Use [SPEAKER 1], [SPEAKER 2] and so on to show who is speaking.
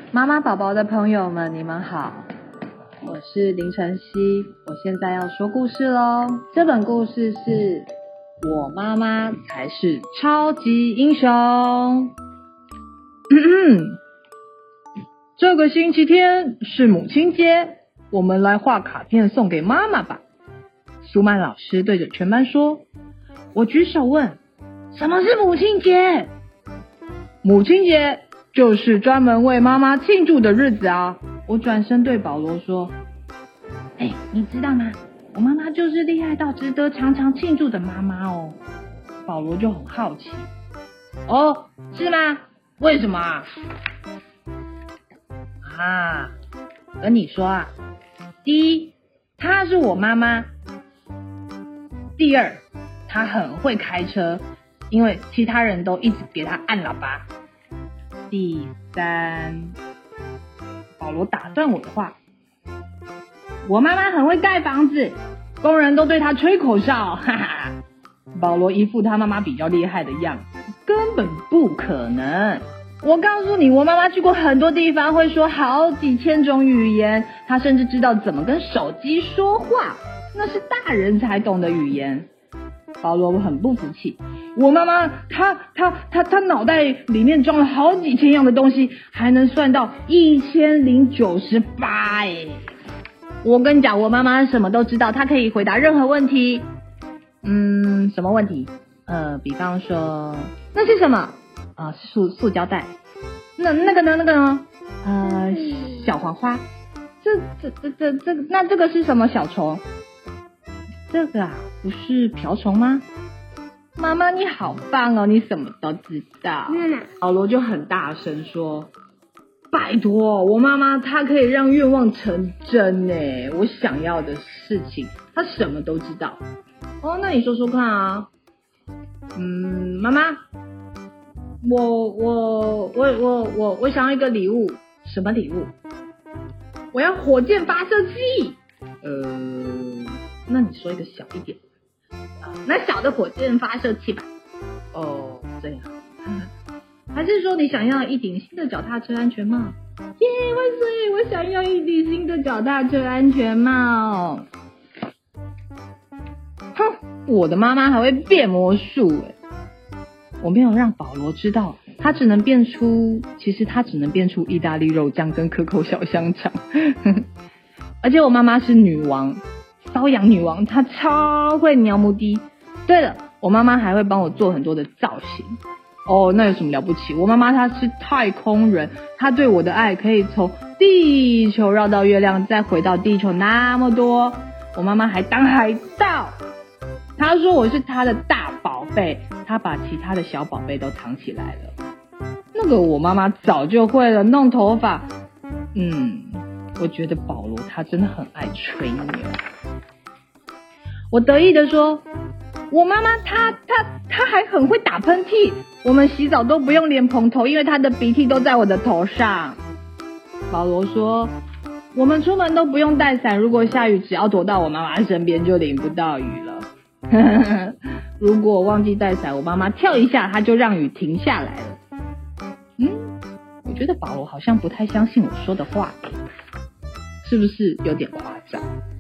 [SPEAKER 1] 妈妈宝宝的朋友们，你们好，我是林晨曦，我现在要说故事咯。这本故事是我妈妈才是超级英雄。这个星期天是母亲节，我们来画卡片送给妈妈吧。苏曼老师对着全班说。我举手问，什么是母亲节？母亲节就是专门为妈妈庆祝的日子啊！我转身对保罗说：“你知道吗？我妈妈就是厉害到值得常常庆祝的妈妈哦。”保罗就很好奇：“哦，是吗？为什么啊？”跟你说啊，第一，她是我妈妈；第二，她很会开车，因为其他人都一直给她按喇叭。第三，保罗打断我的话，我妈妈很会盖房子，工人都对她吹口哨，哈哈。保罗一副他妈妈比较厉害的样子，根本不可能。我告诉你，我妈妈去过很多地方，会说好几千种语言，她甚至知道怎么跟手机说话，那是大人才懂的语言。保罗很不服气，我妈妈她脑袋里面装了好几千样的东西，还能算到1098耶。我跟你讲，我妈妈什么都知道，她可以回答任何问题。什么问题？比方说，那是什么？是塑胶袋。那个呢？小黄花。那这个是什么小虫？这个啊，不是瓢虫吗？妈妈你好棒哦，你什么都知道。保罗就很大声说，拜托，我妈妈她可以让愿望成真耶，我想要的事情她什么都知道。那你说说看啊。妈妈，我想要一个礼物。什么礼物？我要火箭发射器。那你说一个小一点。那小的火箭发射器吧。这样。还是说你想要一顶新的脚踏车安全帽？耶，万岁！我想要一顶新的脚踏车安全帽。我的妈妈还会变魔术耶。我没有让保罗知道，其实他只能变出意大利肉酱跟可口小香肠。而且我妈妈是女王，瘙痒女王，她超会描目的。对了，我妈妈还会帮我做很多的造型。那有什么了不起？我妈妈她是太空人，她对我的爱可以从地球绕到月亮，再回到地球那么多。我妈妈还当海盗。她说我是她的大宝贝，她把其他的小宝贝都藏起来了。那个我妈妈早就会了，弄头发。我觉得保罗他真的很爱吹牛。我得意的说，我妈妈她还很会打喷嚏，我们洗澡都不用莲蓬头，因为她的鼻涕都在我的头上。保罗说，我们出门都不用带伞，如果下雨只要躲到我妈妈身边就淋不到雨了。如果我忘记带伞，我妈妈跳一下她就让雨停下来了。我觉得保罗好像不太相信我说的话，是不是有点夸张？